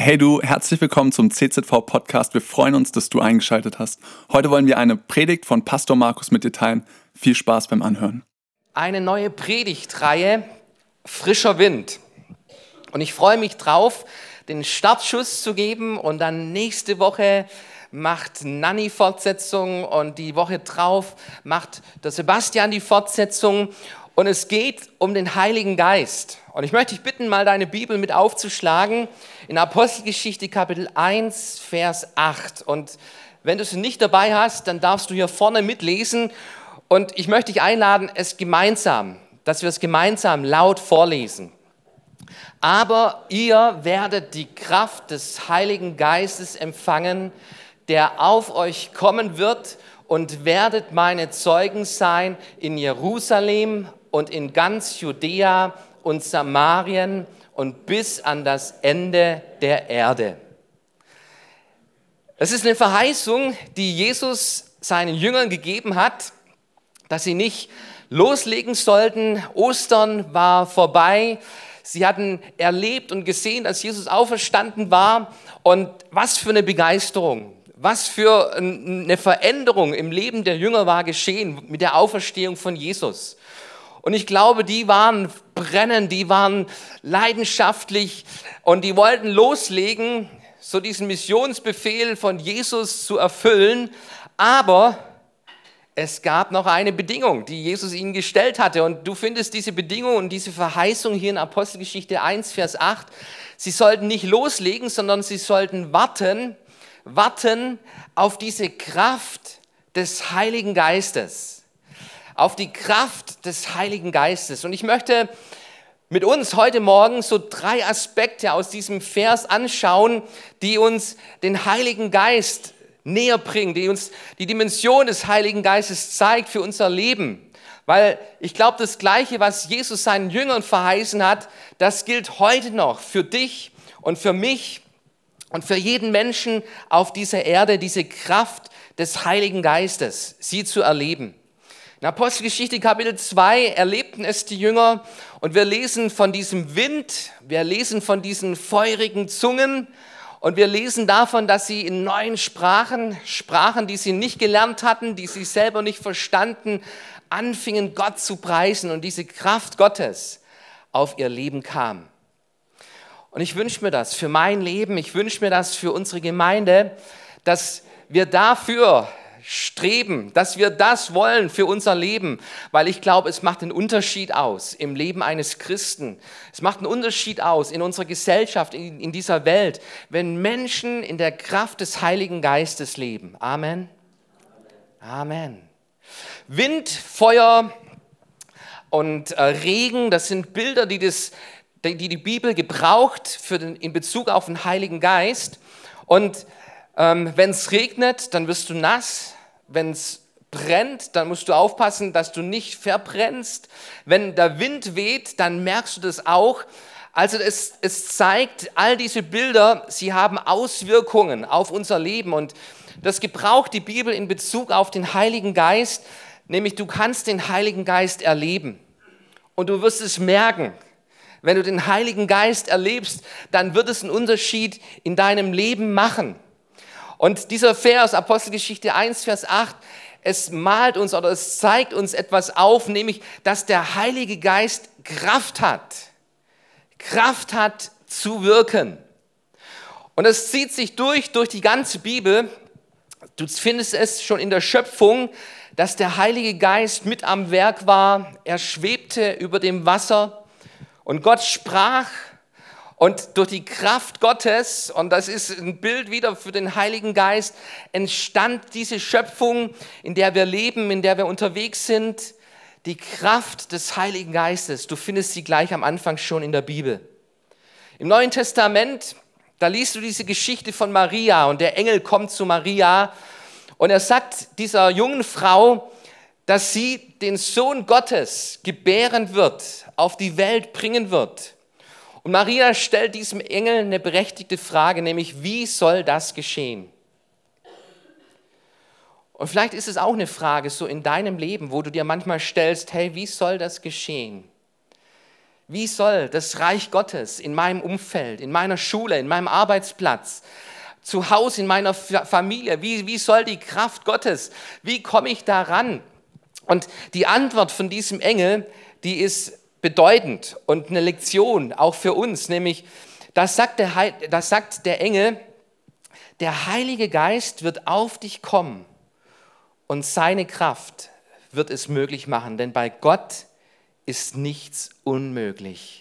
Hey du, herzlich willkommen zum CZV-Podcast. Wir freuen uns, dass du eingeschaltet hast. Heute wollen wir eine Predigt von Pastor Markus mit dir teilen. Viel Spaß beim Anhören. Eine neue Predigtreihe, Frischer Wind. Und ich freue mich drauf, den Startschuss zu geben und dann nächste Woche macht Nanni Fortsetzung und die Woche drauf macht der Sebastian die Fortsetzung. Und es geht um den Heiligen Geist. Und ich möchte dich bitten, mal deine Bibel mit aufzuschlagen in Apostelgeschichte Kapitel 1, Vers 8. Und wenn du es nicht dabei hast, dann darfst du hier vorne mitlesen. Und ich möchte dich einladen, dass wir es gemeinsam laut vorlesen. Aber ihr werdet die Kraft des Heiligen Geistes empfangen, der auf euch kommen wird, und werdet meine Zeugen sein in Jerusalem und in ganz Judäa und Samarien und bis an das Ende der Erde. Das ist eine Verheißung, die Jesus seinen Jüngern gegeben hat, dass sie nicht loslegen sollten. Ostern war vorbei. Sie hatten erlebt und gesehen, dass Jesus auferstanden war. Und was für eine Begeisterung, was für eine Veränderung im Leben der Jünger war geschehen mit der Auferstehung von Jesus. Und ich glaube, die waren brennend, die waren leidenschaftlich und die wollten loslegen, so diesen Missionsbefehl von Jesus zu erfüllen. Aber es gab noch eine Bedingung, die Jesus ihnen gestellt hatte. Und du findest diese Bedingung und diese Verheißung hier in Apostelgeschichte 1, Vers 8. Sie sollten nicht loslegen, sondern sie sollten warten auf diese Kraft des Heiligen Geistes. Auf die Kraft des Heiligen Geistes. Und ich möchte mit uns heute Morgen so 3 Aspekte aus diesem Vers anschauen, die uns den Heiligen Geist näher bringen, die uns die Dimension des Heiligen Geistes zeigt für unser Leben. Weil ich glaube, das Gleiche, was Jesus seinen Jüngern verheißen hat, das gilt heute noch für dich und für mich und für jeden Menschen auf dieser Erde, diese Kraft des Heiligen Geistes, sie zu erleben. In Apostelgeschichte Kapitel 2 erlebten es die Jünger und wir lesen von diesem Wind, wir lesen von diesen feurigen Zungen und wir lesen davon, dass sie in neuen Sprachen, die sie nicht gelernt hatten, die sie selber nicht verstanden, anfingen Gott zu preisen und diese Kraft Gottes auf ihr Leben kam. Und ich wünsche mir das für mein Leben, ich wünsche mir das für unsere Gemeinde, dass wir dafür streben, dass wir das wollen für unser Leben, weil ich glaube, es macht einen Unterschied aus im Leben eines Christen. Es macht einen Unterschied aus in unserer Gesellschaft, in dieser Welt, wenn Menschen in der Kraft des Heiligen Geistes leben. Amen. Amen. Wind, Feuer und Regen, das sind Bilder, die die Bibel gebraucht in Bezug auf den Heiligen Geist. Und wenn es regnet, dann wirst du nass. Wenn es brennt, dann musst du aufpassen, dass du nicht verbrennst. Wenn der Wind weht, dann merkst du das auch. Also es zeigt, all diese Bilder, sie haben Auswirkungen auf unser Leben. Und das gebraucht die Bibel in Bezug auf den Heiligen Geist. Nämlich du kannst den Heiligen Geist erleben. Und du wirst es merken. Wenn du den Heiligen Geist erlebst, dann wird es einen Unterschied in deinem Leben machen. Und dieser Vers, Apostelgeschichte 1, Vers 8, es malt uns oder es zeigt uns etwas auf, nämlich, dass der Heilige Geist Kraft hat zu wirken. Und es zieht sich durch die ganze Bibel. Du findest es schon in der Schöpfung, dass der Heilige Geist mit am Werk war. Er schwebte über dem Wasser und Gott sprach. Und durch die Kraft Gottes, und das ist ein Bild wieder für den Heiligen Geist, entstand diese Schöpfung, in der wir leben, in der wir unterwegs sind, die Kraft des Heiligen Geistes. Du findest sie gleich am Anfang schon in der Bibel. Im Neuen Testament, da liest du diese Geschichte von Maria und der Engel kommt zu Maria und er sagt dieser jungen Frau, dass sie den Sohn Gottes gebären wird, auf die Welt bringen wird. Und Maria stellt diesem Engel eine berechtigte Frage, nämlich, wie soll das geschehen? Und vielleicht ist es auch eine Frage so in deinem Leben, wo du dir manchmal stellst, hey, wie soll das geschehen? Wie soll das Reich Gottes in meinem Umfeld, in meiner Schule, in meinem Arbeitsplatz, zu Hause, in meiner Familie, wie soll die Kraft Gottes, wie komme ich daran? Und die Antwort von diesem Engel, die ist bedeutend und eine Lektion auch für uns, nämlich, das sagt der Engel, der Heilige Geist wird auf dich kommen und seine Kraft wird es möglich machen, denn bei Gott ist nichts unmöglich.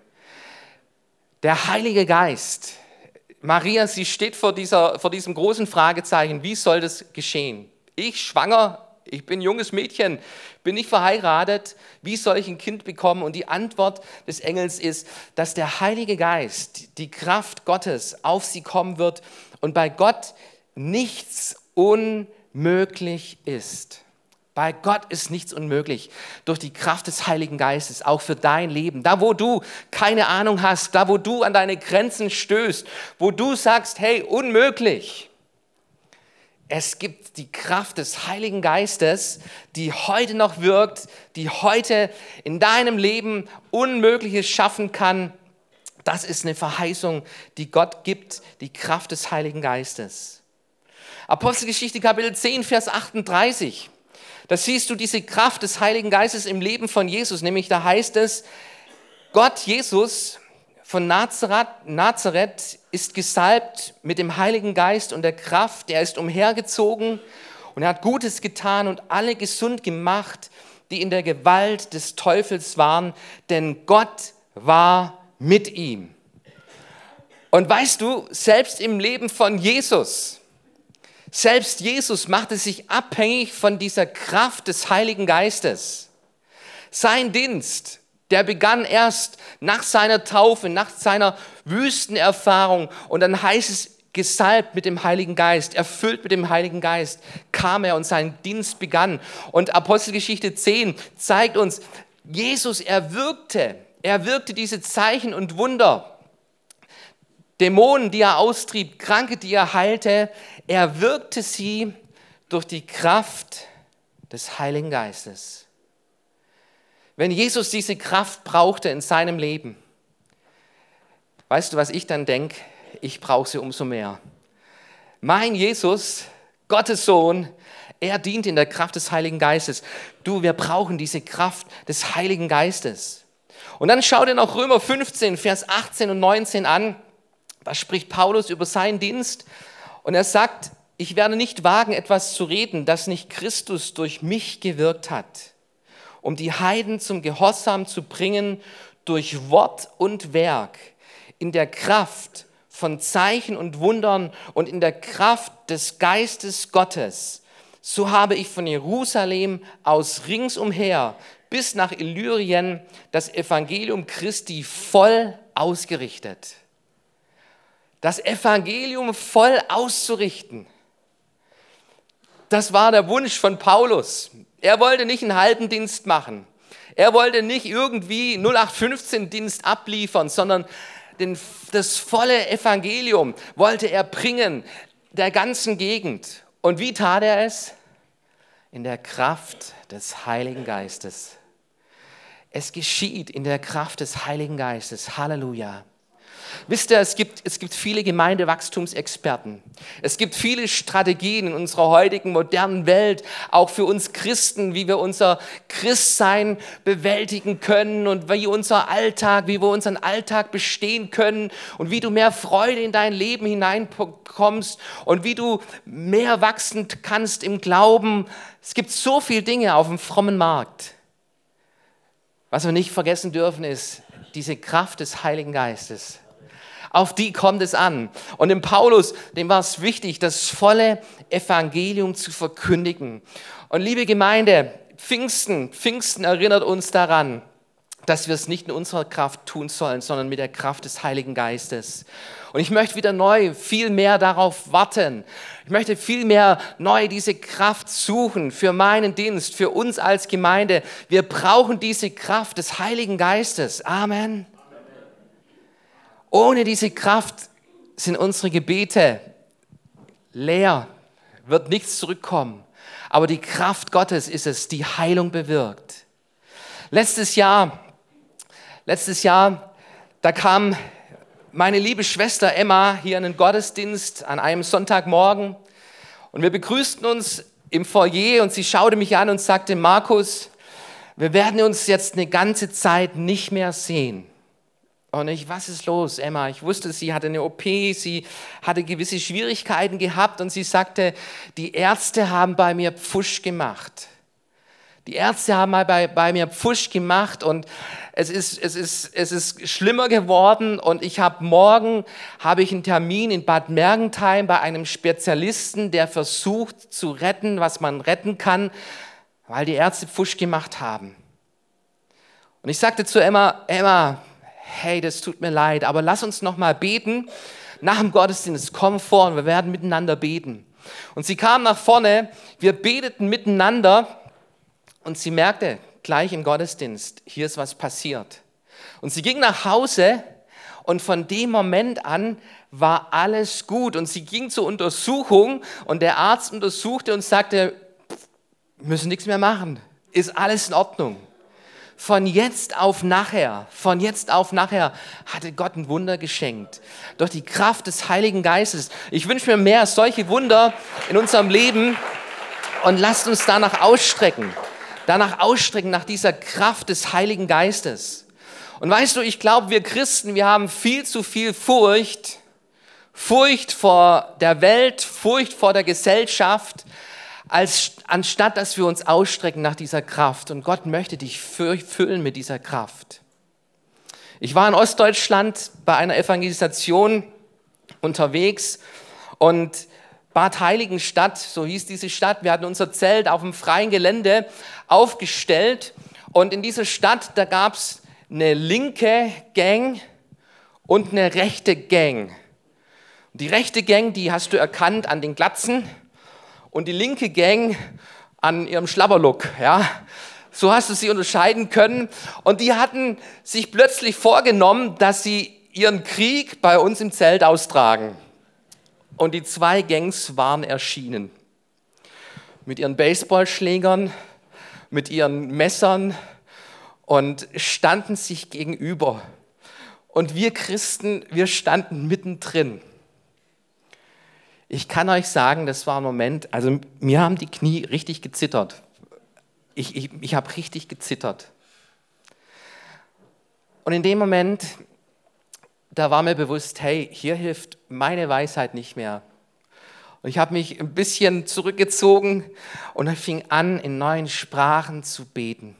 Der Heilige Geist, Maria, sie steht vor diesem großen Fragezeichen, wie soll das geschehen? Ich schwanger, ich bin ein junges Mädchen, bin nicht verheiratet, wie soll ich ein Kind bekommen? Und die Antwort des Engels ist, dass der Heilige Geist, die Kraft Gottes auf sie kommen wird und bei Gott nichts unmöglich ist. Bei Gott ist nichts unmöglich durch die Kraft des Heiligen Geistes, auch für dein Leben. Da, wo du keine Ahnung hast, da, wo du an deine Grenzen stößt, wo du sagst, hey, unmöglich. Es gibt die Kraft des Heiligen Geistes, die heute noch wirkt, die heute in deinem Leben Unmögliches schaffen kann. Das ist eine Verheißung, die Gott gibt, die Kraft des Heiligen Geistes. Apostelgeschichte Kapitel 10, Vers 38. Da siehst du diese Kraft des Heiligen Geistes im Leben von Jesus, nämlich da heißt es, Gott, Jesus von Nazareth ist gesalbt mit dem Heiligen Geist und der Kraft, er ist umhergezogen und er hat Gutes getan und alle gesund gemacht, die in der Gewalt des Teufels waren, denn Gott war mit ihm. Und weißt du, selbst im Leben von Jesus, selbst Jesus machte sich abhängig von dieser Kraft des Heiligen Geistes. Sein Dienst, der begann erst nach seiner Taufe, nach seiner Wüstenerfahrung und dann heißt es, gesalbt mit dem Heiligen Geist, erfüllt mit dem Heiligen Geist, kam er und sein Dienst begann. Und Apostelgeschichte 10 zeigt uns, Jesus, er wirkte diese Zeichen und Wunder. Dämonen, die er austrieb, Kranke, die er heilte, er wirkte sie durch die Kraft des Heiligen Geistes. Wenn Jesus diese Kraft brauchte in seinem Leben, weißt du, was ich dann denke? Ich brauche sie umso mehr. Mein Jesus, Gottes Sohn, er dient in der Kraft des Heiligen Geistes. Du, wir brauchen diese Kraft des Heiligen Geistes. Und dann schau dir noch Römer 15, Vers 18 und 19 an. Da spricht Paulus über seinen Dienst und er sagt, ich werde nicht wagen, etwas zu reden, das nicht Christus durch mich gewirkt hat, um die Heiden zum Gehorsam zu bringen durch Wort und Werk, in der Kraft von Zeichen und Wundern und in der Kraft des Geistes Gottes. So habe ich von Jerusalem aus ringsumher bis nach Illyrien das Evangelium Christi voll ausgerichtet. Das Evangelium voll auszurichten. Das war der Wunsch von Paulus. Er wollte nicht einen halben Dienst machen. Er wollte nicht irgendwie 0815-Dienst abliefern, sondern das volle Evangelium wollte er bringen, der ganzen Gegend. Und wie tat er es? In der Kraft des Heiligen Geistes. Es geschieht in der Kraft des Heiligen Geistes. Halleluja. Wisst ihr, es gibt viele Gemeindewachstumsexperten. Es gibt viele Strategien in unserer heutigen modernen Welt, auch für uns Christen, wie wir unser Christsein bewältigen können und wie wir unseren Alltag bestehen können und wie du mehr Freude in dein Leben hineinbekommst und wie du mehr wachsen kannst im Glauben. Es gibt so viele Dinge auf dem frommen Markt. Was wir nicht vergessen dürfen, ist diese Kraft des Heiligen Geistes. Auf die kommt es an. Und dem Paulus, dem war es wichtig, das volle Evangelium zu verkündigen. Und liebe Gemeinde, Pfingsten erinnert uns daran, dass wir es nicht in unserer Kraft tun sollen, sondern mit der Kraft des Heiligen Geistes. Und ich möchte wieder neu viel mehr darauf warten. Ich möchte viel mehr neu diese Kraft suchen für meinen Dienst, für uns als Gemeinde. Wir brauchen diese Kraft des Heiligen Geistes. Amen. Ohne diese Kraft sind unsere Gebete leer, wird nichts zurückkommen. Aber die Kraft Gottes ist es, die Heilung bewirkt. Letztes Jahr Letztes Jahr, da kam meine liebe Schwester Emma hier in den Gottesdienst an einem Sonntagmorgen und wir begrüßten uns im Foyer und sie schaute mich an und sagte, Markus, wir werden uns jetzt eine ganze Zeit nicht mehr sehen. Und ich, was ist los, Emma? Ich wusste, sie hatte eine OP, sie hatte gewisse Schwierigkeiten gehabt und sie sagte, die Ärzte haben bei mir Pfusch gemacht. Die Ärzte haben mal bei mir Pfusch gemacht und es ist schlimmer geworden und morgen habe ich einen Termin in Bad Mergentheim bei einem Spezialisten, der versucht zu retten, was man retten kann, weil die Ärzte Pfusch gemacht haben. Und ich sagte zu Emma, hey, das tut mir leid, aber lass uns noch mal beten. Nach dem Gottesdienst, komm vor und wir werden miteinander beten. Und sie kam nach vorne, wir beteten miteinander und sie merkte gleich im Gottesdienst, hier ist was passiert. Und sie ging nach Hause und von dem Moment an war alles gut. Und sie ging zur Untersuchung und der Arzt untersuchte und sagte, wir müssen nichts mehr machen, ist alles in Ordnung. Von jetzt auf nachher hatte Gott ein Wunder geschenkt. Durch die Kraft des Heiligen Geistes. Ich wünsche mir mehr solche Wunder in unserem Leben und lasst uns danach ausstrecken nach dieser Kraft des Heiligen Geistes. Und weißt du, ich glaube, wir Christen, wir haben viel zu viel Furcht vor der Welt, Furcht vor der Gesellschaft, anstatt dass wir uns ausstrecken nach dieser Kraft. Und Gott möchte dich füllen mit dieser Kraft. Ich war in Ostdeutschland bei einer Evangelisation unterwegs und Bad Heiligenstadt, so hieß diese Stadt, wir hatten unser Zelt auf dem freien Gelände aufgestellt und in dieser Stadt, da gab es eine linke Gang und eine rechte Gang. Die rechte Gang, die hast du erkannt an den Glatzen, und die linke Gang an ihrem Schlabberlook, ja. So hast du sie unterscheiden können. Und die hatten sich plötzlich vorgenommen, dass sie ihren Krieg bei uns im Zelt austragen. Und die zwei Gangs waren erschienen. Mit ihren Baseballschlägern, mit ihren Messern und standen sich gegenüber. Und wir Christen, wir standen mittendrin. Ich kann euch sagen, das war ein Moment, also mir haben die Knie richtig gezittert. Ich habe richtig gezittert. Und in dem Moment, da war mir bewusst, hey, hier hilft meine Weisheit nicht mehr. Und ich habe mich ein bisschen zurückgezogen und ich fing an, in neuen Sprachen zu beten.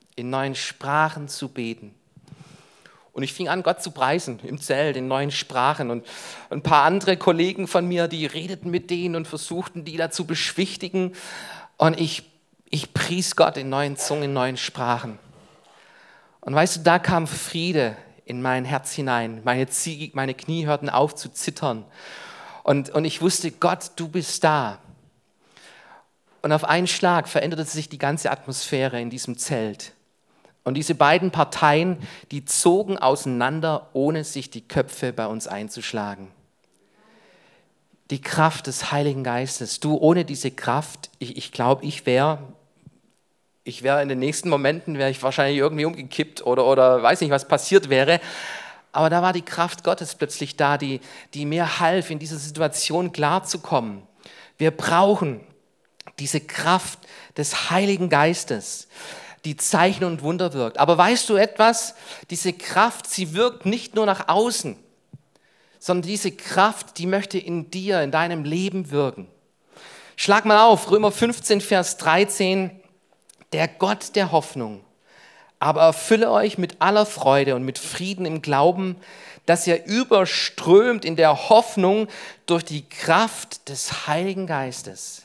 Und ich fing an, Gott zu preisen im Zelt, in neuen Sprachen. Und ein paar andere Kollegen von mir, die redeten mit denen und versuchten, die dazu beschwichtigen. Und ich pries Gott in neuen Zungen, in neuen Sprachen. Und weißt du, da kam Friede in mein Herz hinein. Meine Knie hörten auf zu zittern. Und ich wusste, Gott, du bist da. Und auf einen Schlag veränderte sich die ganze Atmosphäre in diesem Zelt. Und diese beiden Parteien, die zogen auseinander, ohne sich die Köpfe bei uns einzuschlagen. Die Kraft des Heiligen Geistes. Du, ohne diese Kraft, ich glaube, ich wäre in den nächsten Momenten, wäre ich wahrscheinlich irgendwie umgekippt oder weiß nicht, was passiert wäre. Aber da war die Kraft Gottes plötzlich da, die mir half, in dieser Situation klarzukommen. Wir brauchen diese Kraft des Heiligen Geistes, die Zeichen und Wunder wirkt. Aber weißt du etwas? Diese Kraft, sie wirkt nicht nur nach außen, sondern diese Kraft, die möchte in dir, in deinem Leben wirken. Schlag mal auf, Römer 15, Vers 13. Der Gott der Hoffnung aber erfülle euch mit aller Freude und mit Frieden im Glauben, dass ihr überströmt in der Hoffnung durch die Kraft des Heiligen Geistes.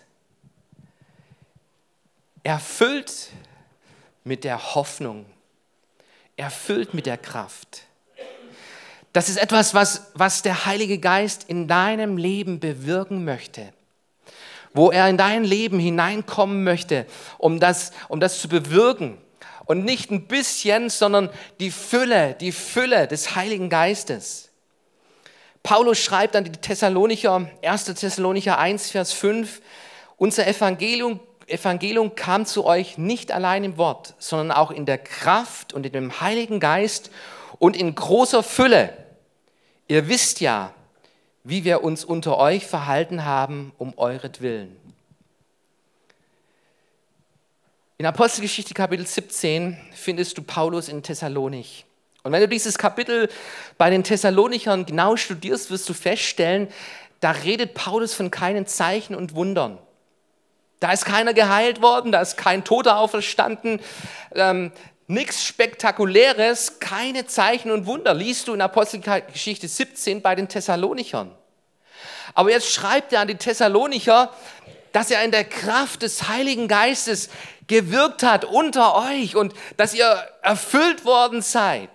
Erfüllt mit der Hoffnung, erfüllt mit der Kraft. Das ist etwas, was der Heilige Geist in deinem Leben bewirken möchte. Wo er in dein Leben hineinkommen möchte, um das zu bewirken. Und nicht ein bisschen, sondern die Fülle des Heiligen Geistes. Paulus schreibt an die Thessalonicher, 1. Thessalonicher 1, Vers 5, unser Evangelium Evangelium kam zu euch nicht allein im Wort, sondern auch in der Kraft und in dem Heiligen Geist und in großer Fülle. Ihr wisst ja, wie wir uns unter euch verhalten haben, um euretwillen. In Apostelgeschichte Kapitel 17 findest du Paulus in Thessalonich. Und wenn du dieses Kapitel bei den Thessalonichern genau studierst, wirst du feststellen, da redet Paulus von keinen Zeichen und Wundern. Da ist keiner geheilt worden, da ist kein Toter auferstanden, nichts Spektakuläres, keine Zeichen und Wunder. Liest du in Apostelgeschichte 17 bei den Thessalonichern. Aber jetzt schreibt er an die Thessalonicher, dass er in der Kraft des Heiligen Geistes gewirkt hat unter euch und dass ihr erfüllt worden seid.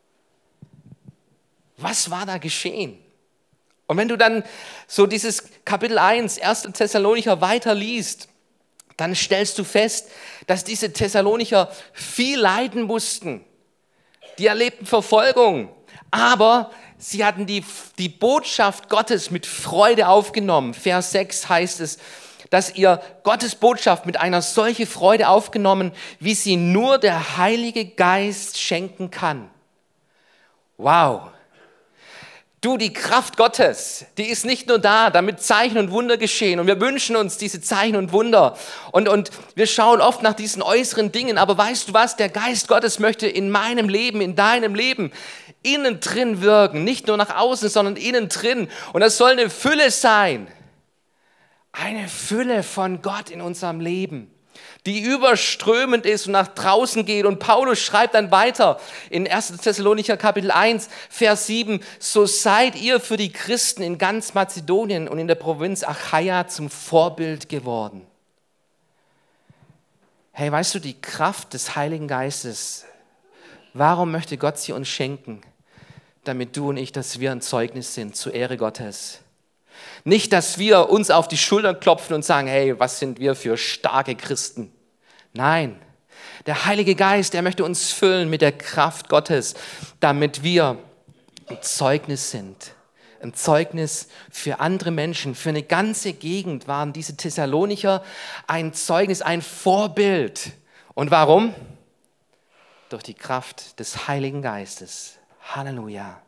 Was war da geschehen? Und wenn du dann so dieses Kapitel 1, 1. Thessalonicher weiterliest, dann stellst du fest, dass diese Thessalonicher viel leiden mussten. Die erlebten Verfolgung, aber sie hatten die Botschaft Gottes mit Freude aufgenommen. Vers 6 heißt es, dass ihr Gottes Botschaft mit einer solchen Freude aufgenommen, wie sie nur der Heilige Geist schenken kann. Wow! Du, die Kraft Gottes, die ist nicht nur da, damit Zeichen und Wunder geschehen. Und wir wünschen uns diese Zeichen und Wunder. Und wir schauen oft nach diesen äußeren Dingen. Aber weißt du was? Der Geist Gottes möchte in meinem Leben, in deinem Leben, innen drin wirken. Nicht nur nach außen, sondern innen drin. Und das soll eine Fülle sein. Eine Fülle von Gott in unserem Leben, die überströmend ist und nach draußen geht. Und Paulus schreibt dann weiter in 1. Thessalonicher Kapitel 1, Vers 7, so seid ihr für die Christen in ganz Mazedonien und in der Provinz Achaia zum Vorbild geworden. Hey, weißt du, die Kraft des Heiligen Geistes, warum möchte Gott sie uns schenken? Damit du und ich, dass wir ein Zeugnis sind zur Ehre Gottes. Nicht, dass wir uns auf die Schultern klopfen und sagen, hey, was sind wir für starke Christen? Nein, der Heilige Geist, der möchte uns füllen mit der Kraft Gottes, damit wir ein Zeugnis sind. Ein Zeugnis für andere Menschen, für eine ganze Gegend waren diese Thessalonicher ein Zeugnis, ein Vorbild. Und warum? Durch die Kraft des Heiligen Geistes. Halleluja.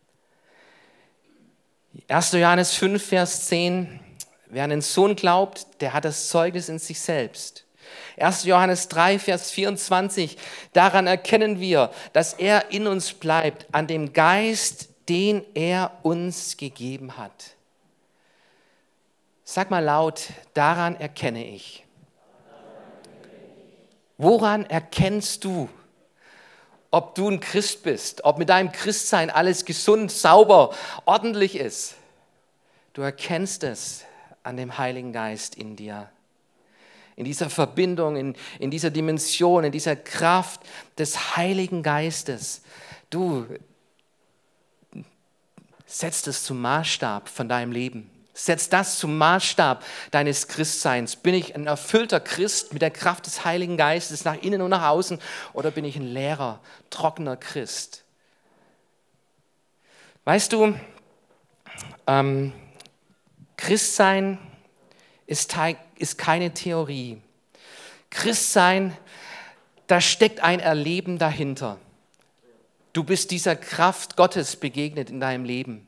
1. Johannes 5, Vers 10, wer an den Sohn glaubt, der hat das Zeugnis in sich selbst. 1. Johannes 3, Vers 24, daran erkennen wir, dass er in uns bleibt, an dem Geist, den er uns gegeben hat. Sag mal laut, daran erkenne ich. Woran erkennst du, ob du ein Christ bist, ob mit deinem Christsein alles gesund, sauber, ordentlich ist? Du erkennst es an dem Heiligen Geist in dir. In dieser Verbindung, in dieser Dimension, in dieser Kraft des Heiligen Geistes. Du setzt es zum Maßstab von deinem Leben. Setz das zum Maßstab deines Christseins. Bin ich ein erfüllter Christ mit der Kraft des Heiligen Geistes nach innen und nach außen oder bin ich ein leerer, trockener Christ? Weißt du, Christsein ist keine Theorie. Christsein, da steckt ein Erleben dahinter. Du bist dieser Kraft Gottes begegnet in deinem Leben.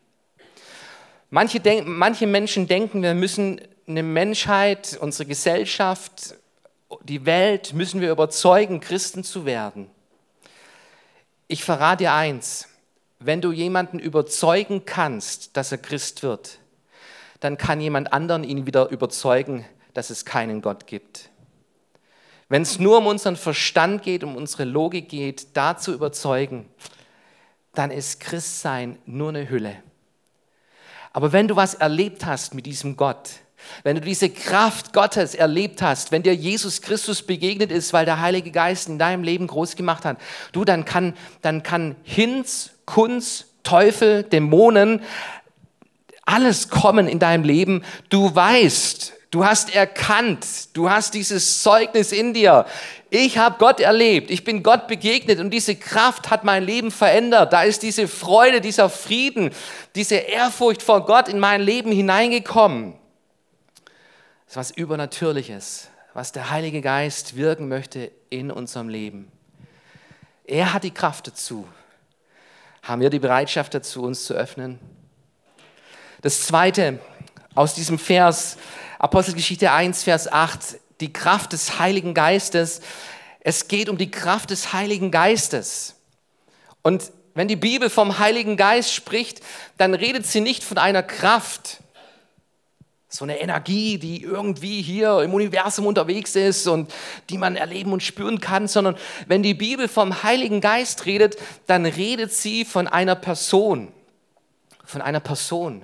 Manche Menschen denken, wir müssen eine Menschheit, unsere Gesellschaft, die Welt, müssen wir überzeugen, Christen zu werden. Ich verrate dir eins, wenn du jemanden überzeugen kannst, dass er Christ wird, dann kann jemand anderen ihn wieder überzeugen, dass es keinen Gott gibt. Wenn es nur um unseren Verstand geht, um unsere Logik geht, da zu überzeugen, dann ist Christsein nur eine Hülle. Aber wenn du was erlebt hast mit diesem Gott, wenn du diese Kraft Gottes erlebt hast, wenn dir Jesus Christus begegnet ist, weil der Heilige Geist in deinem Leben groß gemacht hat, dann kann Hinz, Kunz, Teufel, Dämonen, alles kommen in deinem Leben. Du weißt, du hast erkannt, du hast dieses Zeugnis in dir. Ich habe Gott erlebt, ich bin Gott begegnet und diese Kraft hat mein Leben verändert. Da ist diese Freude, dieser Frieden, diese Ehrfurcht vor Gott in mein Leben hineingekommen. Das ist was Übernatürliches, was der Heilige Geist wirken möchte in unserem Leben. Er hat die Kraft dazu. Haben wir die Bereitschaft dazu, uns zu öffnen? Das Zweite aus diesem Vers, Apostelgeschichte 1, Vers 8, die Kraft des Heiligen Geistes. Es geht um die Kraft des Heiligen Geistes. Und wenn die Bibel vom Heiligen Geist spricht, dann redet sie nicht von einer Kraft, so eine Energie, die irgendwie hier im Universum unterwegs ist und die man erleben und spüren kann, sondern wenn die Bibel vom Heiligen Geist redet, dann redet sie von einer Person. Von einer Person.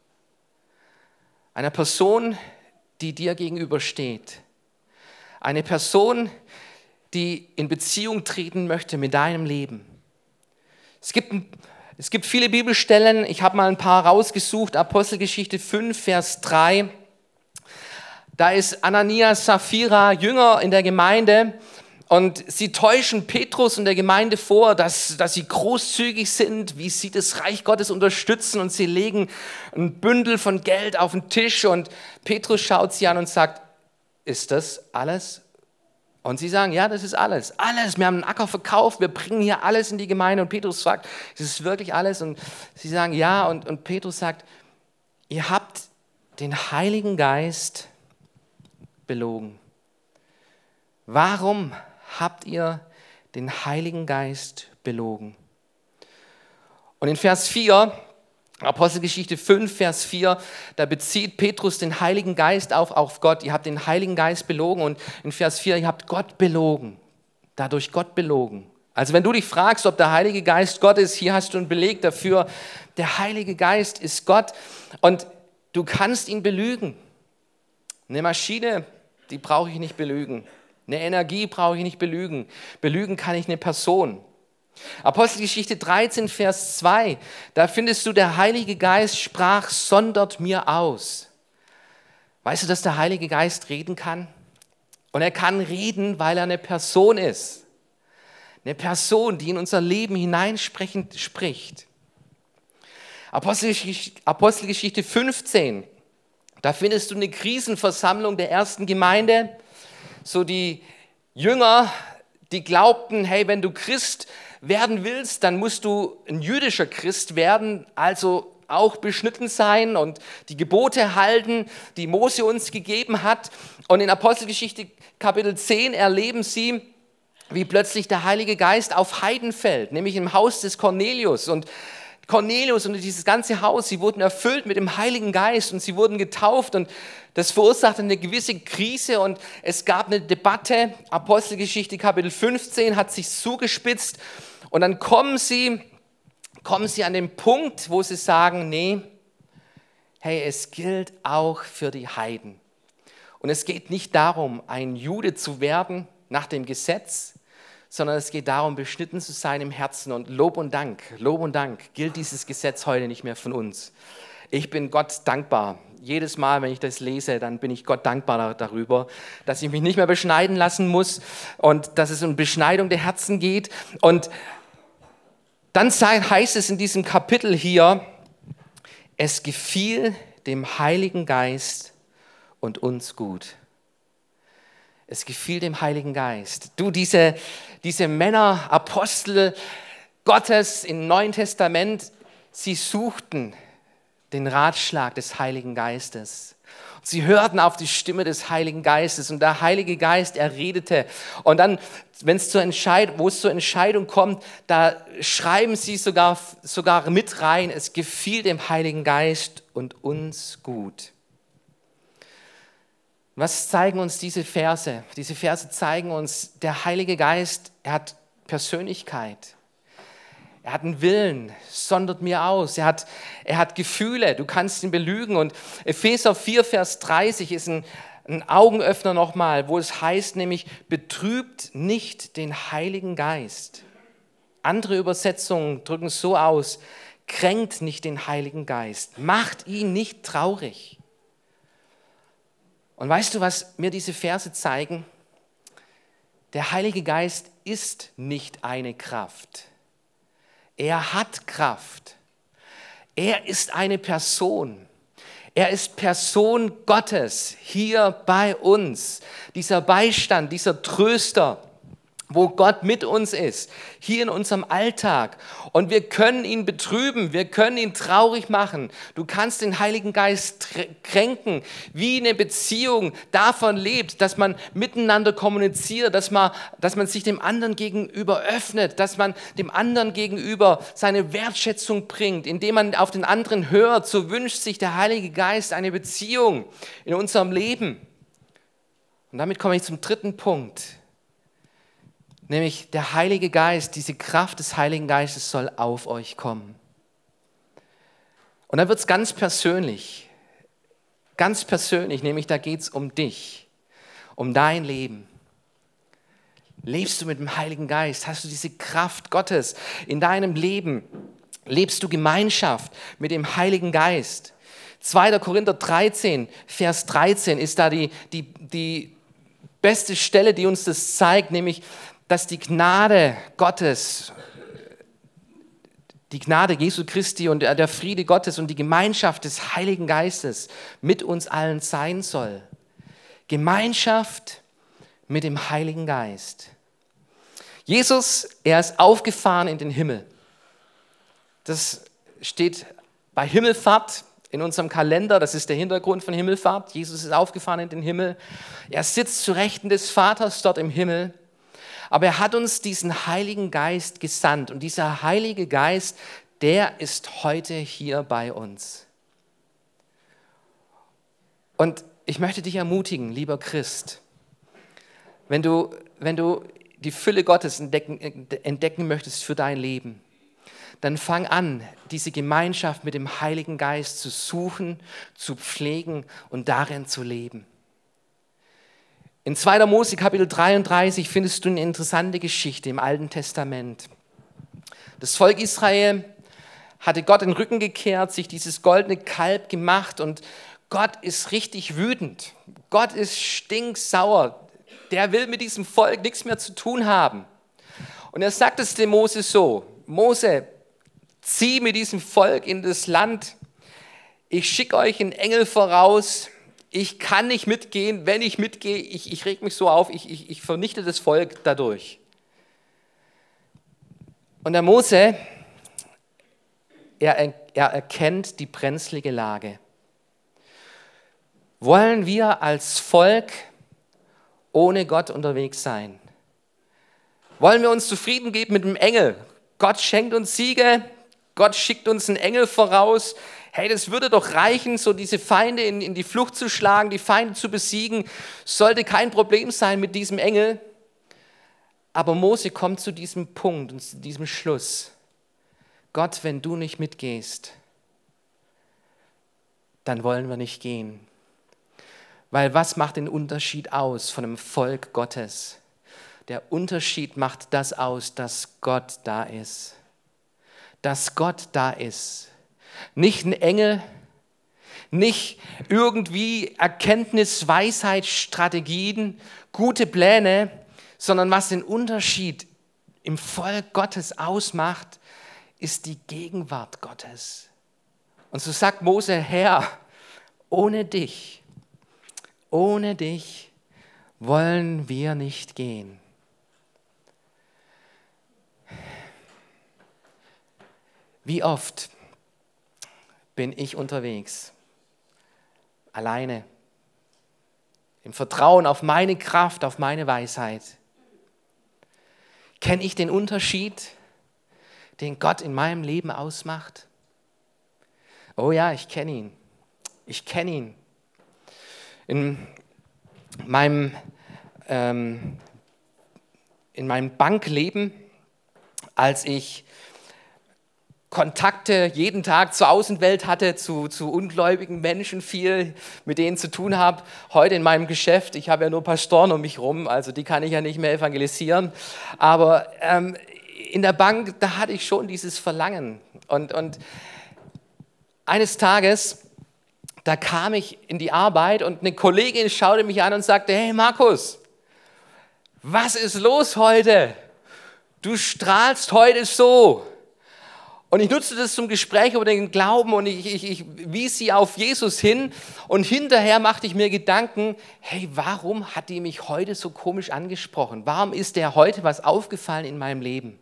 Einer Person, die dir gegenübersteht. Eine Person, die in Beziehung treten möchte mit deinem Leben. Es gibt viele Bibelstellen, ich habe mal ein paar rausgesucht, Apostelgeschichte 5, Vers 3. Da ist Ananias, Sapphira Jünger in der Gemeinde und sie täuschen Petrus und der Gemeinde vor, dass sie großzügig sind, wie sie das Reich Gottes unterstützen und sie legen ein Bündel von Geld auf den Tisch und Petrus schaut sie an und sagt, ist das alles? Und sie sagen, ja, das ist alles. Alles, wir haben einen Acker verkauft, wir bringen hier alles in die Gemeinde. Und Petrus fragt, ist es wirklich alles? Und sie sagen, ja. Und Petrus sagt, ihr habt den Heiligen Geist belogen. Warum habt ihr den Heiligen Geist belogen? Und in Vers 4, Apostelgeschichte 5, Vers 4, da bezieht Petrus den Heiligen Geist auf Gott. Ihr habt den Heiligen Geist belogen und in Vers 4, ihr habt Gott belogen, dadurch Gott belogen. Also wenn du dich fragst, ob der Heilige Geist Gott ist, hier hast du einen Beleg dafür, der Heilige Geist ist Gott und du kannst ihn belügen. Eine Maschine, die brauche ich nicht belügen. Eine Energie brauche ich nicht belügen. Belügen kann ich eine Person. Apostelgeschichte 13, Vers 2, da findest du, der Heilige Geist sprach, sondert mir aus. Weißt du, dass der Heilige Geist reden kann? Und er kann reden, weil er eine Person ist. Eine Person, die in unser Leben hineinsprechend spricht. Apostelgeschichte 15, da findest du eine Krisenversammlung der ersten Gemeinde. So die Jünger, die glaubten, hey, wenn du Christ werden willst, dann musst du ein jüdischer Christ werden, also auch beschnitten sein und die Gebote halten, die Mose uns gegeben hat. Und in Apostelgeschichte Kapitel 10 erleben sie, wie plötzlich der Heilige Geist auf Heiden fällt, nämlich im Haus des Cornelius. Und Cornelius und dieses ganze Haus, sie wurden erfüllt mit dem Heiligen Geist und sie wurden getauft und das verursachte eine gewisse Krise und es gab eine Debatte. Apostelgeschichte Kapitel 15 hat sich zugespitzt und dann kommen sie an den Punkt, wo sie sagen, nee, hey, es gilt auch für die Heiden. Und es geht nicht darum, ein Jude zu werden nach dem Gesetz, sondern es geht darum, beschnitten zu sein im Herzen und Lob und Dank gilt dieses Gesetz heute nicht mehr von uns. Ich bin Gott dankbar. Jedes Mal, wenn ich das lese, dann bin ich Gott dankbar darüber, dass ich mich nicht mehr beschneiden lassen muss und dass es um Beschneidung der Herzen geht. Und dann heißt es in diesem Kapitel hier, es gefiel dem Heiligen Geist und uns gut. Es gefiel dem Heiligen Geist. Du, diese Männer, Apostel Gottes im Neuen Testament, sie suchten den Ratschlag des Heiligen Geistes. Sie hörten auf die Stimme des Heiligen Geistes und der Heilige Geist, er redete. Und dann, wo es zur Entscheidung kommt, da schreiben sie sogar mit rein, es gefiel dem Heiligen Geist und uns gut. Was zeigen uns diese Verse? Diese Verse zeigen uns, der Heilige Geist, er hat Persönlichkeit. Er hat einen Willen, sondert mir aus. Er hat Gefühle, du kannst ihn belügen. Und Epheser 4, Vers 30 ist ein Augenöffner nochmal, wo es heißt nämlich, betrübt nicht den Heiligen Geist. Andere Übersetzungen drücken es so aus, kränkt nicht den Heiligen Geist, macht ihn nicht traurig. Und weißt du, was mir diese Verse zeigen? Der Heilige Geist ist nicht eine Kraft. Er hat Kraft. Er ist eine Person. Er ist Person Gottes hier bei uns. Dieser Beistand, dieser Tröster, wo Gott mit uns ist, hier in unserem Alltag. Und wir können ihn betrüben, wir können ihn traurig machen. Du kannst den Heiligen Geist kränken, wie eine Beziehung davon lebt, dass man miteinander kommuniziert, dass man sich dem anderen gegenüber öffnet, dass man dem anderen gegenüber seine Wertschätzung bringt, indem man auf den anderen hört. So wünscht sich der Heilige Geist eine Beziehung in unserem Leben. Und damit komme ich zum dritten Punkt. Nämlich der Heilige Geist, diese Kraft des Heiligen Geistes soll auf euch kommen. Und dann wird es ganz persönlich, nämlich da geht es um dich, um dein Leben. Lebst du mit dem Heiligen Geist? Hast du diese Kraft Gottes in deinem Leben? Lebst du Gemeinschaft mit dem Heiligen Geist? 2. Korinther 13, Vers 13 ist da die beste Stelle, die uns das zeigt, nämlich dass die Gnade Gottes, die Gnade Jesu Christi und der Friede Gottes und die Gemeinschaft des Heiligen Geistes mit uns allen sein soll. Gemeinschaft mit dem Heiligen Geist. Jesus, er ist aufgefahren in den Himmel. Das steht bei Himmelfahrt in unserem Kalender, das ist der Hintergrund von Himmelfahrt. Jesus ist aufgefahren in den Himmel. Er sitzt zu Rechten des Vaters dort im Himmel. Aber er hat uns diesen Heiligen Geist gesandt. Und dieser Heilige Geist, der ist heute hier bei uns. Und ich möchte dich ermutigen, lieber Christ, wenn du die Fülle Gottes entdecken möchtest für dein Leben, dann fang an, diese Gemeinschaft mit dem Heiligen Geist zu suchen, zu pflegen und darin zu leben. In 2. Mose Kapitel 33 findest du eine interessante Geschichte im Alten Testament. Das Volk Israel hatte Gott den Rücken gekehrt, sich dieses goldene Kalb gemacht und Gott ist richtig wütend. Gott ist stinksauer. Der will mit diesem Volk nichts mehr zu tun haben. Und er sagt es dem Mose so: Mose, zieh mit diesem Volk in das Land. Ich schicke euch einen Engel voraus. Ich kann nicht mitgehen. Wenn ich mitgehe, ich reg mich so auf, ich vernichte das Volk dadurch. Und der Mose, er erkennt die brenzlige Lage. Wollen wir als Volk ohne Gott unterwegs sein? Wollen wir uns zufrieden geben mit dem Engel? Gott schenkt uns Siege, Gott schickt uns einen Engel voraus. Hey, das würde doch reichen, so diese Feinde in die Flucht zu schlagen, die Feinde zu besiegen. Sollte kein Problem sein mit diesem Engel. Aber Mose kommt zu diesem Punkt und zu diesem Schluss. Gott, wenn du nicht mitgehst, dann wollen wir nicht gehen. Weil was macht den Unterschied aus von einem Volk Gottes? Der Unterschied macht das aus, dass Gott da ist. Dass Gott da ist. Nicht ein Engel, nicht irgendwie Erkenntnis, Weisheit, Strategien, gute Pläne, sondern was den Unterschied im Volk Gottes ausmacht, ist die Gegenwart Gottes. Und so sagt Mose: Herr, ohne dich wollen wir nicht gehen. Wie oft bin ich unterwegs, alleine, im Vertrauen auf meine Kraft, auf meine Weisheit? Kenne ich den Unterschied, den Gott in meinem Leben ausmacht? Oh ja, ich kenne ihn. Ich kenne ihn. In meinem Bankleben, als ich Kontakte jeden Tag zur Außenwelt hatte, zu ungläubigen Menschen viel, mit denen zu tun habe. Heute in meinem Geschäft, ich habe ja nur Pastoren um mich rum, also die kann ich ja nicht mehr evangelisieren. Aber in der Bank, da hatte ich schon dieses Verlangen. Und eines Tages, da kam ich in die Arbeit und eine Kollegin schaute mich an und sagte: Hey Markus, was ist los heute? Du strahlst heute so. Und ich nutzte das zum Gespräch über den Glauben und ich wies sie auf Jesus hin. Und hinterher machte ich mir Gedanken, hey, warum hat die mich heute so komisch angesprochen? Warum ist der heute was aufgefallen in meinem Leben?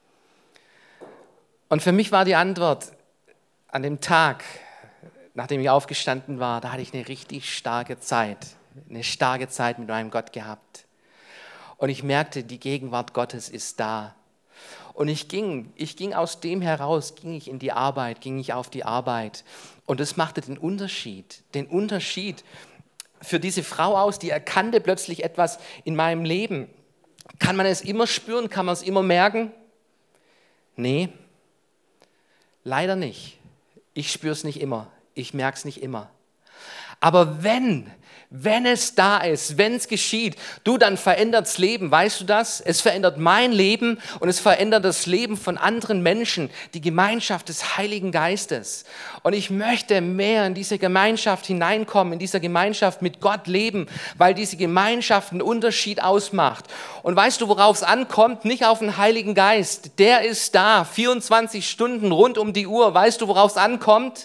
Und für mich war die Antwort, an dem Tag, nachdem ich aufgestanden war, da hatte ich eine richtig starke Zeit mit meinem Gott gehabt. Und ich merkte, die Gegenwart Gottes ist da. Und ich ging aus dem heraus, ging ich auf die Arbeit. Und das machte den Unterschied für diese Frau aus, die erkannte plötzlich etwas in meinem Leben. Kann man es immer spüren? Kann man es immer merken? Nee, leider nicht. Ich spüre es nicht immer. Ich merke es nicht immer. Aber wenn es da ist, wenn es geschieht, dann verändert das Leben, weißt du das? Es verändert mein Leben und es verändert das Leben von anderen Menschen, die Gemeinschaft des Heiligen Geistes. Und ich möchte mehr in diese Gemeinschaft hineinkommen, in dieser Gemeinschaft mit Gott leben, weil diese Gemeinschaft einen Unterschied ausmacht. Und weißt du, worauf es ankommt? Nicht auf den Heiligen Geist. Der ist da, 24 Stunden rund um die Uhr. Weißt du, worauf es ankommt?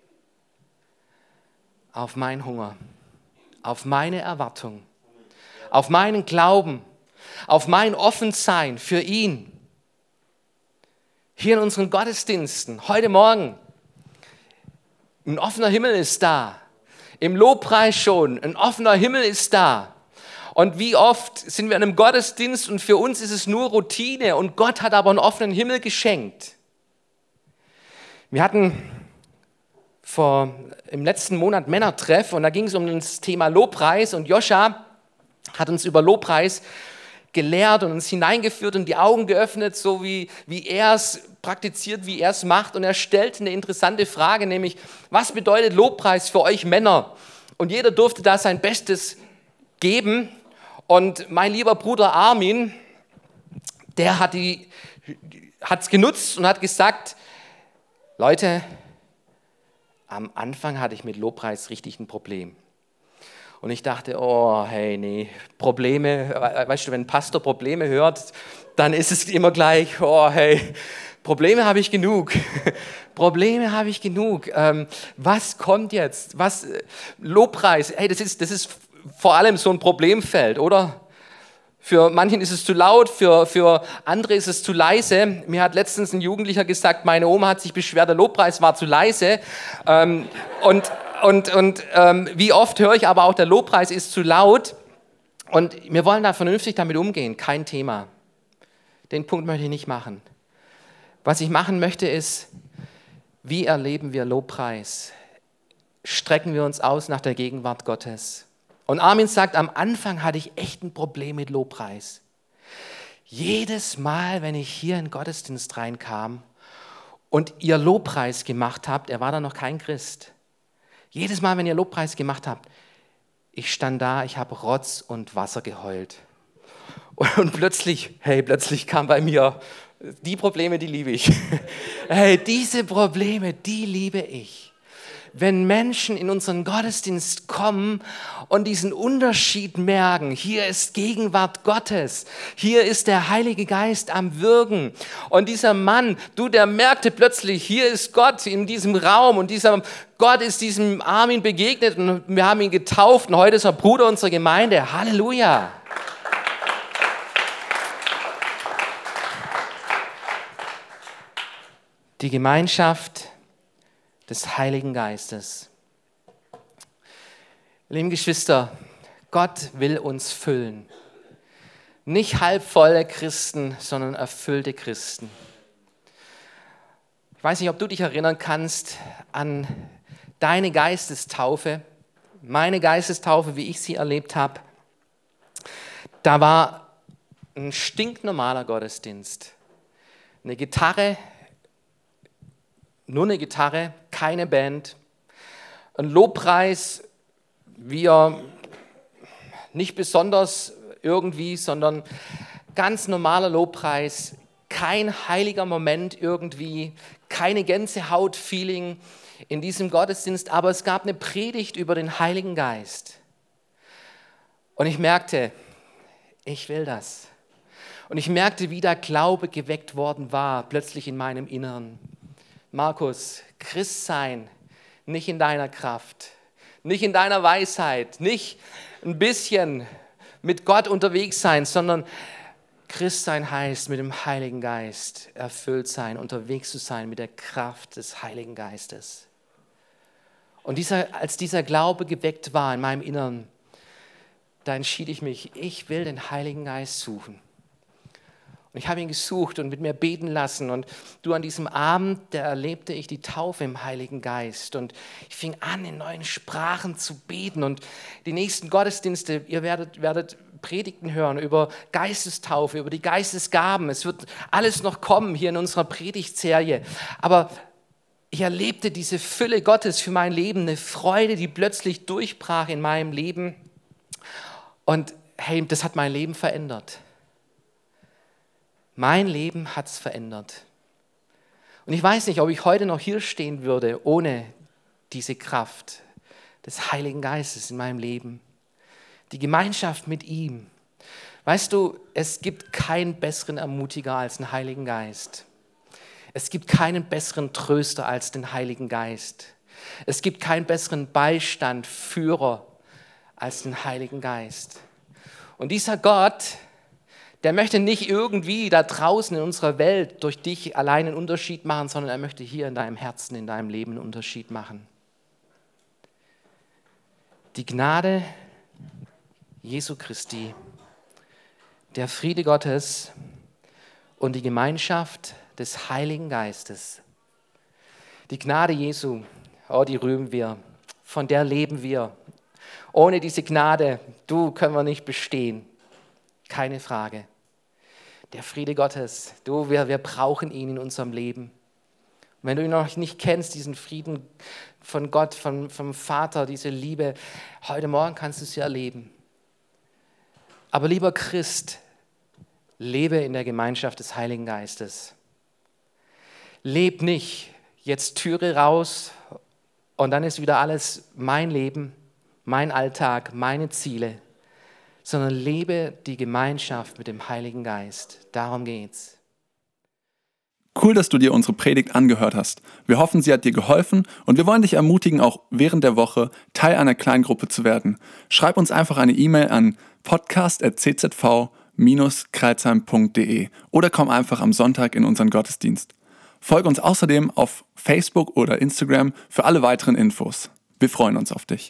Auf meinen Hunger, auf meine Erwartung, auf meinen Glauben, auf mein Offensein für ihn. Hier in unseren Gottesdiensten, heute Morgen, ein offener Himmel ist da. Im Lobpreis schon, ein offener Himmel ist da. Und wie oft sind wir in einem Gottesdienst und für uns ist es nur Routine und Gott hat aber einen offenen Himmel geschenkt. Wir hatten im letzten Monat Männertreff und da ging es um das Thema Lobpreis und Joscha hat uns über Lobpreis gelehrt und uns hineingeführt und die Augen geöffnet, so wie er es praktiziert, wie er es macht und er stellt eine interessante Frage, nämlich, was bedeutet Lobpreis für euch Männer? Und jeder durfte da sein Bestes geben und mein lieber Bruder Armin, der hat es genutzt und hat gesagt, Leute, am Anfang hatte ich mit Lobpreis richtig ein Problem. Und ich dachte, oh, hey, nee, Probleme, weißt du, wenn ein Pastor Probleme hört, dann ist es immer gleich, oh, hey, Probleme habe ich genug. Probleme habe ich genug. Was kommt jetzt? Lobpreis, hey, das ist vor allem so ein Problemfeld, oder? Für manchen ist es zu laut, für andere ist es zu leise. Mir hat letztens ein Jugendlicher gesagt, meine Oma hat sich beschwert, der Lobpreis war zu leise. Wie oft höre ich aber auch, der Lobpreis ist zu laut. Und wir wollen da vernünftig damit umgehen, kein Thema. Den Punkt möchte ich nicht machen. Was ich machen möchte ist, wie erleben wir Lobpreis? Strecken wir uns aus nach der Gegenwart Gottes? Und Armin sagt, am Anfang hatte ich echt ein Problem mit Lobpreis. Jedes Mal, wenn ich hier in den Gottesdienst reinkam und ihr Lobpreis gemacht habt, er war da noch kein Christ. Jedes Mal, wenn ihr Lobpreis gemacht habt, ich stand da, ich habe Rotz und Wasser geheult. Und plötzlich kam bei mir, die Probleme, die liebe ich. Hey, diese Probleme, die liebe ich. Wenn Menschen in unseren Gottesdienst kommen und diesen Unterschied merken, hier ist Gegenwart Gottes, hier ist der Heilige Geist am Wirken. Und dieser Mann, der merkte plötzlich, hier ist Gott in diesem Raum und dieser Gott ist diesem Armin begegnet und wir haben ihn getauft und heute ist er Bruder unserer Gemeinde. Halleluja! Die Gemeinschaft des Heiligen Geistes. Liebe Geschwister, Gott will uns füllen. Nicht halbvolle Christen, sondern erfüllte Christen. Ich weiß nicht, ob du dich erinnern kannst an deine Geistestaufe, meine Geistestaufe, wie ich sie erlebt habe. Da war ein stinknormaler Gottesdienst. Eine Gitarre, nur eine Gitarre, keine Band. Ein Lobpreis, nicht besonders irgendwie, sondern ganz normaler Lobpreis. Kein heiliger Moment irgendwie, keine Gänsehaut-Feeling in diesem Gottesdienst, aber es gab eine Predigt über den Heiligen Geist. Und ich merkte, ich will das. Und ich merkte, wie der Glaube geweckt worden war, plötzlich in meinem Inneren. Markus, Christ sein, nicht in deiner Kraft, nicht in deiner Weisheit, nicht ein bisschen mit Gott unterwegs sein, sondern Christ sein heißt, mit dem Heiligen Geist erfüllt sein, unterwegs zu sein mit der Kraft des Heiligen Geistes. Und als dieser Glaube geweckt war in meinem Inneren, da entschied ich mich, ich will den Heiligen Geist suchen. Und ich habe ihn gesucht und mit mir beten lassen. Und an diesem Abend, da erlebte ich die Taufe im Heiligen Geist. Und ich fing an, in neuen Sprachen zu beten. Und die nächsten Gottesdienste, ihr werdet Predigten hören über Geistestaufe, über die Geistesgaben. Es wird alles noch kommen hier in unserer Predigtserie. Aber ich erlebte diese Fülle Gottes für mein Leben, eine Freude, die plötzlich durchbrach in meinem Leben. Und hey, das hat mein Leben verändert. Mein Leben hat es verändert. Und ich weiß nicht, ob ich heute noch hier stehen würde, ohne diese Kraft des Heiligen Geistes in meinem Leben. Die Gemeinschaft mit ihm. Weißt du, es gibt keinen besseren Ermutiger als den Heiligen Geist. Es gibt keinen besseren Tröster als den Heiligen Geist. Es gibt keinen besseren Beistand, Führer als den Heiligen Geist. Und dieser Gott, der möchte nicht irgendwie da draußen in unserer Welt durch dich allein einen Unterschied machen, sondern er möchte hier in deinem Herzen, in deinem Leben einen Unterschied machen. Die Gnade Jesu Christi, der Friede Gottes und die Gemeinschaft des Heiligen Geistes. Die Gnade Jesu, oh, die rühmen wir, von der leben wir. Ohne diese Gnade, können wir nicht bestehen. Keine Frage. Der Friede Gottes, wir brauchen ihn in unserem Leben. Und wenn du ihn noch nicht kennst, diesen Frieden von Gott, vom Vater, diese Liebe, heute Morgen kannst du sie erleben. Aber lieber Christ, lebe in der Gemeinschaft des Heiligen Geistes. Leb nicht, jetzt Türe raus und dann ist wieder alles mein Leben, mein Alltag, meine Ziele, sondern lebe die Gemeinschaft mit dem Heiligen Geist. Darum geht's. Cool, dass du dir unsere Predigt angehört hast. Wir hoffen, sie hat dir geholfen und wir wollen dich ermutigen, auch während der Woche Teil einer Kleingruppe zu werden. Schreib uns einfach eine E-Mail an podcast@czv-kreilsheim.de oder komm einfach am Sonntag in unseren Gottesdienst. Folge uns außerdem auf Facebook oder Instagram für alle weiteren Infos. Wir freuen uns auf dich.